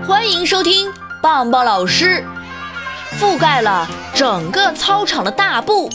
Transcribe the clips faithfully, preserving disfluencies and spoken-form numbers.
欢迎收听棒棒老师覆盖了整个操场的大布。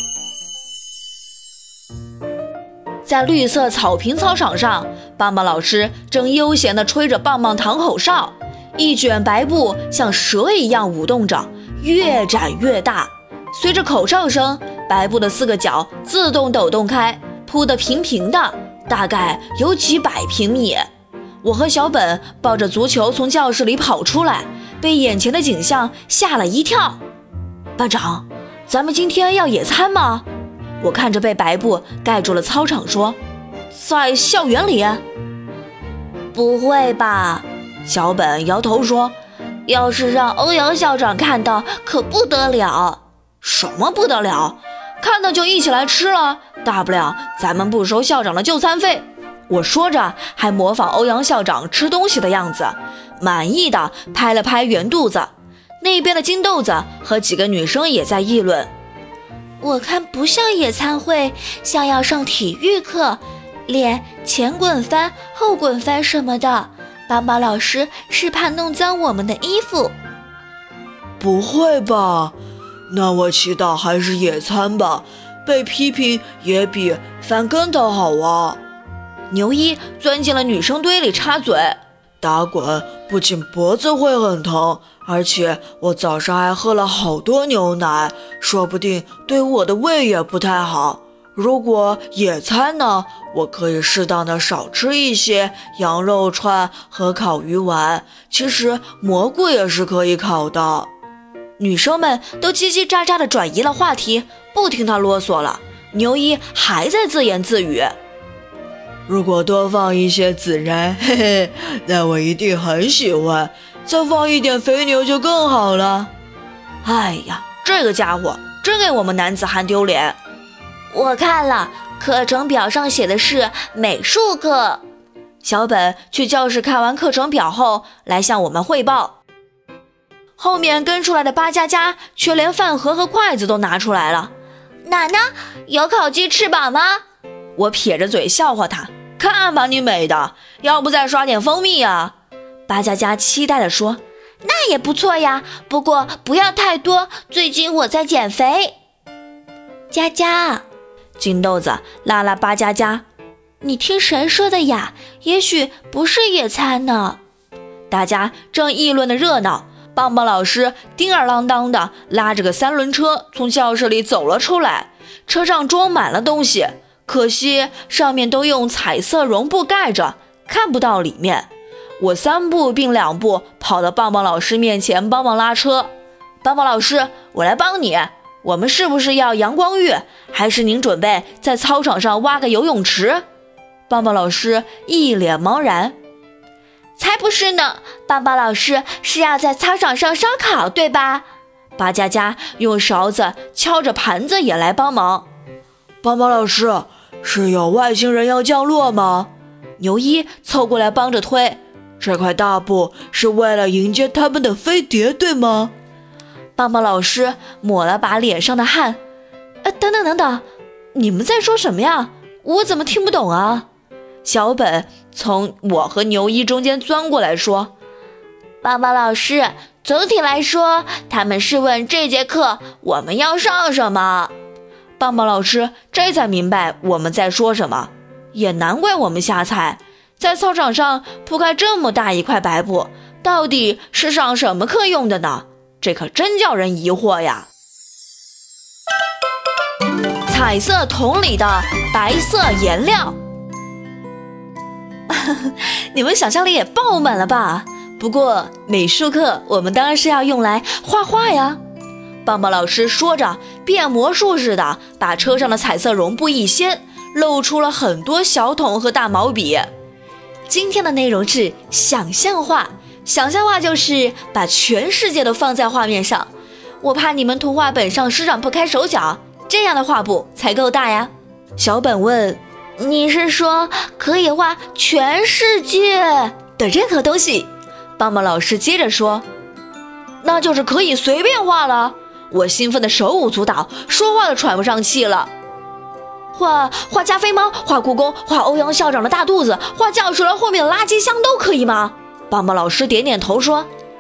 在绿色草坪操场上，棒棒老师正悠闲地吹着棒棒糖口哨，一卷白布像蛇一样舞动着，越展越大。随着口哨声，白布的四个角自动抖动开，铺得平平的，大概有几百平米。我和小本抱着足球从教室里跑出来，被眼前的景象吓了一跳。班长，咱们今天要野餐吗？我看着被白布盖住了操场说，在校园里？ 不会吧？ 小本摇头说， 要是让欧阳校长看到可不得了。 什么不得了？看到就一起来吃了，大不了咱们不收校长的就餐费。我说着还模仿欧阳校长吃东西的样子，满意的拍了拍圆肚子。那边的金豆子和几个女生也在议论， 我看不像野餐会，像要上体育课，练前滚翻后滚翻什么的。棒棒老师是怕弄脏我们的衣服。 不会吧？那我祈祷还是野餐吧，被批评也比翻跟头好啊。 牛一钻进了女生堆里插嘴， 打滚不仅脖子会很疼，而且我早上还喝了好多牛奶，说不定对我的胃也不太好。如果野餐呢，我可以适当的少吃一些羊肉串和烤鱼丸，其实蘑菇也是可以烤的。 女生们都叽叽喳喳地转移了话题，不听她啰嗦了。牛一还在自言自语， 如果多放一些孜然，嘿嘿，那我一定很喜欢，再放一点肥牛就更好了。 哎呀，这个家伙真给我们男子汉丢脸。 我看了，课程表上写的是美术课。 小本去教室看完课程表后来向我们汇报，后面跟出来的八佳佳却连饭盒和筷子都拿出来了。 奶奶，有烤鸡翅膀吗？ 我撇着嘴笑话他，看把你美的，要不再刷点蜂蜜啊？八佳佳期待地说， 那也不错呀，不过不要太多，最近我在减肥。佳佳， 金豆子拉拉八佳佳， 你听谁说的呀？也许不是野餐呢。 大家正议论的热闹，棒棒老师叮儿啷当的拉着个三轮车从教室里走了出来，车上装满了东西，可惜上面都用彩色绒布盖着，看不到里面。我三步并两步跑到棒棒老师面前帮忙拉车。棒棒老师，我来帮你，我们是不是要阳光浴，还是您准备在操场上挖个游泳池？棒棒老师一脸茫然。 才不是呢，棒棒老师是要在操场上烧烤，对吧？ 八佳佳用勺子敲着盘子也来帮忙。 棒棒老师，是有外星人要降落吗？ 牛一凑过来帮着推。 这块大布是为了迎接他们的飞碟，对吗？ 棒棒老师抹了把脸上的汗。呃，等等等等，你们在说什么呀？我怎么听不懂啊？小本从我和牛一中间钻过来说， 棒棒老师，总体来说，他们是问这节课我们要上什么。 棒棒老师这才明白我们在说什么，也难怪我们瞎猜。在操场上铺开这么大一块白布，到底是上什么课用的呢？这可真叫人疑惑呀。彩色桶里的白色颜料你们想象力也爆满了吧？不过美术课我们当然是要用来画画呀。棒棒老师说着，变魔术似的把车上的彩色绒布一掀，露出了很多小桶和大毛笔。今天的内容是想象画，想象画就是把全世界都放在画面上。我怕你们图画本上施展不开手脚，这样的画布才够大呀。小本问， 你是说可以画全世界的任何东西？棒棒老师接着说，那就是可以随便画了。我兴奋的手舞足蹈，说话都喘不上气了。画画加菲猫，画故宫，画欧阳校长的大肚子，画教室楼后面的垃圾箱都可以吗？棒棒老师点点头说，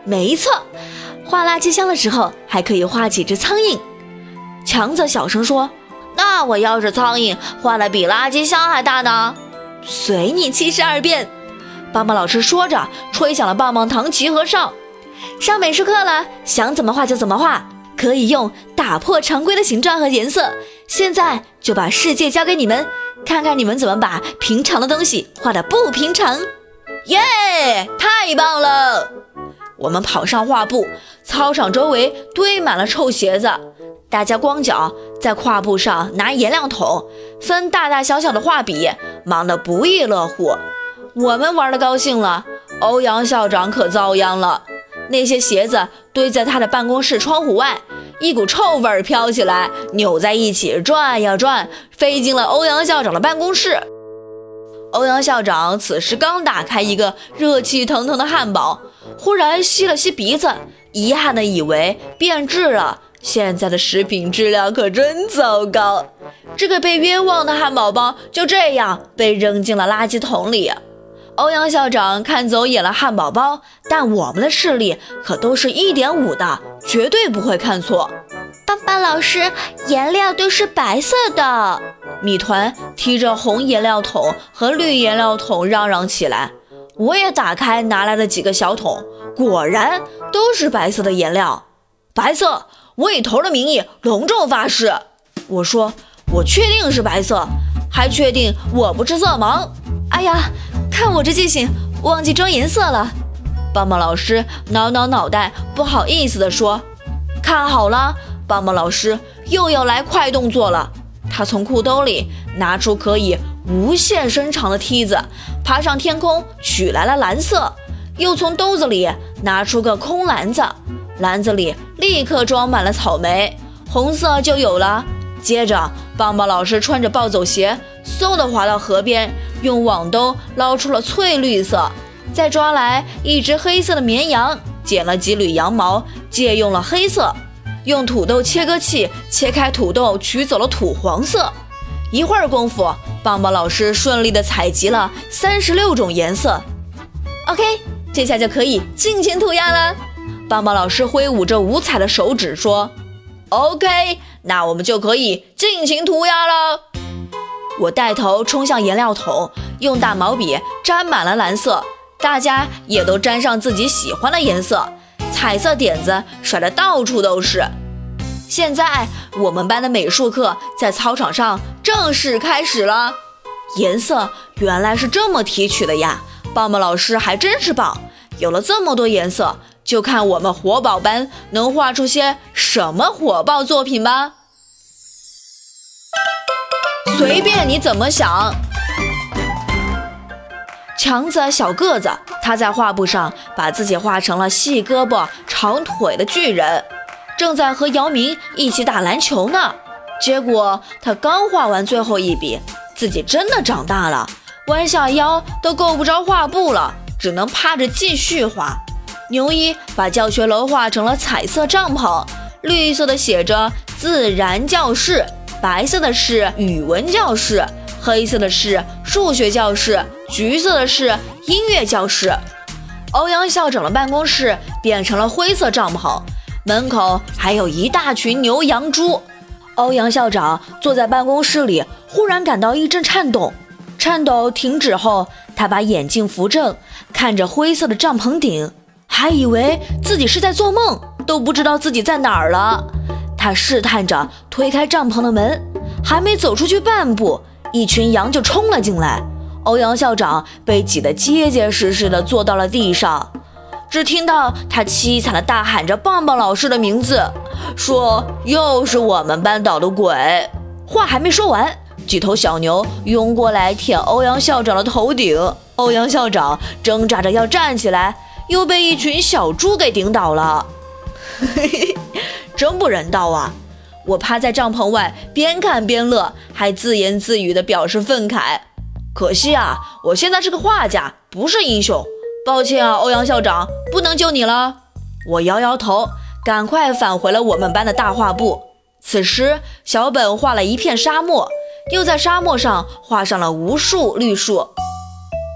没错，画垃圾箱的时候还可以画几只苍蝇。强子小声说，那我要是苍蝇画的比垃圾箱还大呢？随你七十二变。棒棒老师说着吹响了棒棒糖齐合哨。上美术课了，想怎么画就怎么画，可以用打破常规的形状和颜色。现在就把世界交给你们，看看你们怎么把平常的东西画得不平常。耶，太棒了！我们跑上画布，操场周围堆满了臭鞋子，大家光脚在画布上拿颜料桶分大大小小的画笔，忙得不亦乐乎。我们玩得高兴了，欧阳校长可遭殃了。那些鞋子堆在他的办公室窗户外，一股臭味飘起来，扭在一起转呀转，飞进了欧阳校长的办公室。欧阳校长此时刚打开一个热气腾腾的汉堡，忽然吸了吸鼻子，遗憾地以为变质了。现在的食品质量可真糟糕，这个被冤枉的汉堡包就这样被扔进了垃圾桶里。欧阳校长看走眼了汉堡包，但我们的视力可都是 一点五 的，绝对不会看错。 棒棒老师，颜料都是白色的。 米团提着红颜料桶和绿颜料桶嚷嚷起来。我也打开拿来了几个小桶，果然都是白色的颜料。白色，我以头的名义隆重发誓。我说，我确定是白色，还确定我不是色盲。哎呀，看我这记性，忘记装颜色了。棒棒老师挠挠脑袋，不好意思地说，看好了，棒棒老师又要来快动作了。他从裤兜里拿出可以无限伸长的梯子，爬上天空取来了蓝色，又从兜子里拿出个空篮子，篮子里立刻装满了草莓，红色就有了。接着棒棒老师穿着暴走鞋嗖地滑到河边，用网兜捞出了翠绿色，再抓来一只黑色的绵羊，剪了几缕羊毛，借用了黑色，用土豆切割器切开土豆，取走了土黄色。一会儿功夫，棒棒老师顺利地采集了三十六种颜色。 OK， 这下就可以尽情涂鸦了。棒棒老师挥舞着五彩的手指说， OK， 那我们就可以尽情涂鸦了。我带头冲向颜料桶，用大毛笔沾满了蓝色，大家也都沾上自己喜欢的颜色，彩色点子甩得到处都是。现在我们班的美术课在操场上正式开始了。颜色原来是这么提取的呀，棒棒老师还真是棒，有了这么多颜色，就看我们活宝班能画出些什么火爆作品吧。随便你怎么想。强子小个子，他在画布上把自己画成了细胳膊长腿的巨人，正在和姚明一起打篮球呢。结果他刚画完最后一笔，自己真的长大了，弯下腰都够不着画布了，只能趴着继续画。牛一把教学楼画成了彩色帐篷，绿色的写着自然教室，白色的是语文教室，黑色的是数学教室，橘色的是音乐教室。欧阳校长的办公室变成了灰色帐篷，门口还有一大群牛羊猪。欧阳校长坐在办公室里，忽然感到一阵颤动，颤抖停止后，他把眼镜扶正，看着灰色的帐篷顶，还以为自己是在做梦，都不知道自己在哪儿了。他试探着推开帐篷的门，还没走出去半步，一群羊就冲了进来。欧阳校长被挤得结结实实地坐到了地上，只听到他凄惨地大喊着棒棒老师的名字，说又是我们班捣的鬼。话还没说完，几头小牛拥过来舔欧阳校长的头顶，欧阳校长挣扎着要站起来，又被一群小猪给顶倒了。真不人道啊！我趴在帐篷外边看边乐，还自言自语地表示愤慨。可惜啊，我现在是个画家，不是英雄。抱歉啊，欧阳校长，不能救你了。我摇摇头，赶快返回了我们班的大画布。此时小本画了一片沙漠，又在沙漠上画上了无数绿树。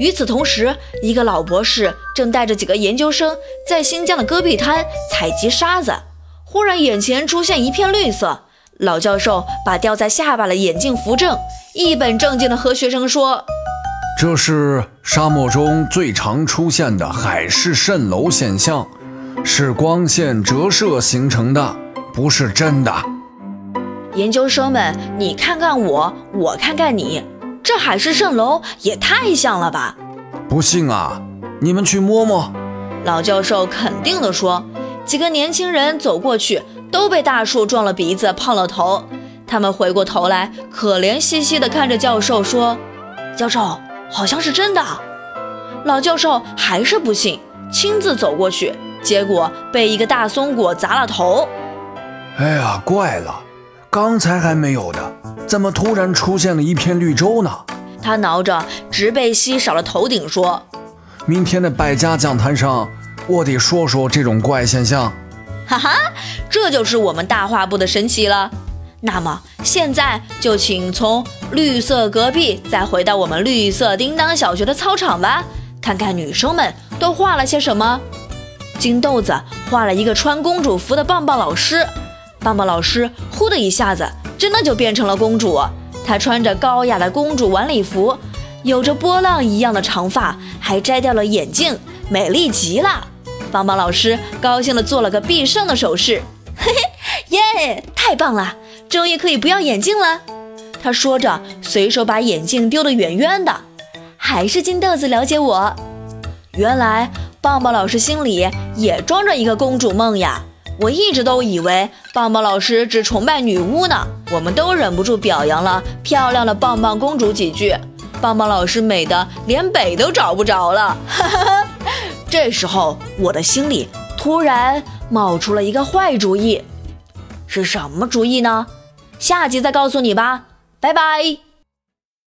与此同时，一个老博士正带着几个研究生在新疆的戈壁滩采集沙子。忽然眼前出现一片绿色，老教授把吊在下巴的眼镜扶正，一本正经地和学生说： 这是沙漠中最常出现的海市蜃楼现象，是光线折射形成的，不是真的。 研究生们，你看看我，我看看你，这海市蜃楼也太像了吧？ 不信啊，你们去摸摸。 老教授肯定地说。几个年轻人走过去，都被大树撞了鼻子，碰了头。他们回过头来，可怜兮兮地看着教授说：教授，好像是真的。老教授还是不信，亲自走过去，结果被一个大松果砸了头。 哎呀，怪了，刚才还没有的，怎么突然出现了一片绿洲呢？ 他挠着植被稀少的头顶说： 明天的百家讲坛上，我得说说这种怪现象。 哈哈，这就是我们大画部的神奇了。那么现在就请从绿色隔壁再回到我们绿色叮当小学的操场吧，看看女生们都画了些什么。金豆子画了一个穿公主服的棒棒老师，棒棒老师呼的一下子真的就变成了公主。她穿着高雅的公主晚礼服，有着波浪一样的长发，还摘掉了眼镜，美丽极了。棒棒老师高兴地做了个必胜的手势，嘿嘿，耶，太棒了，终于可以不要眼镜了。他说着，随手把眼镜丢得远远的。还是金豆子了解我，原来棒棒老师心里也装着一个公主梦呀。我一直都以为棒棒老师只崇拜女巫呢。我们都忍不住表扬了漂亮的棒棒公主几句，棒棒老师美得连北都找不着了，哈哈哈。这时候我的心里突然冒出了一个坏主意，是什么主意呢？下集再告诉你吧，拜拜。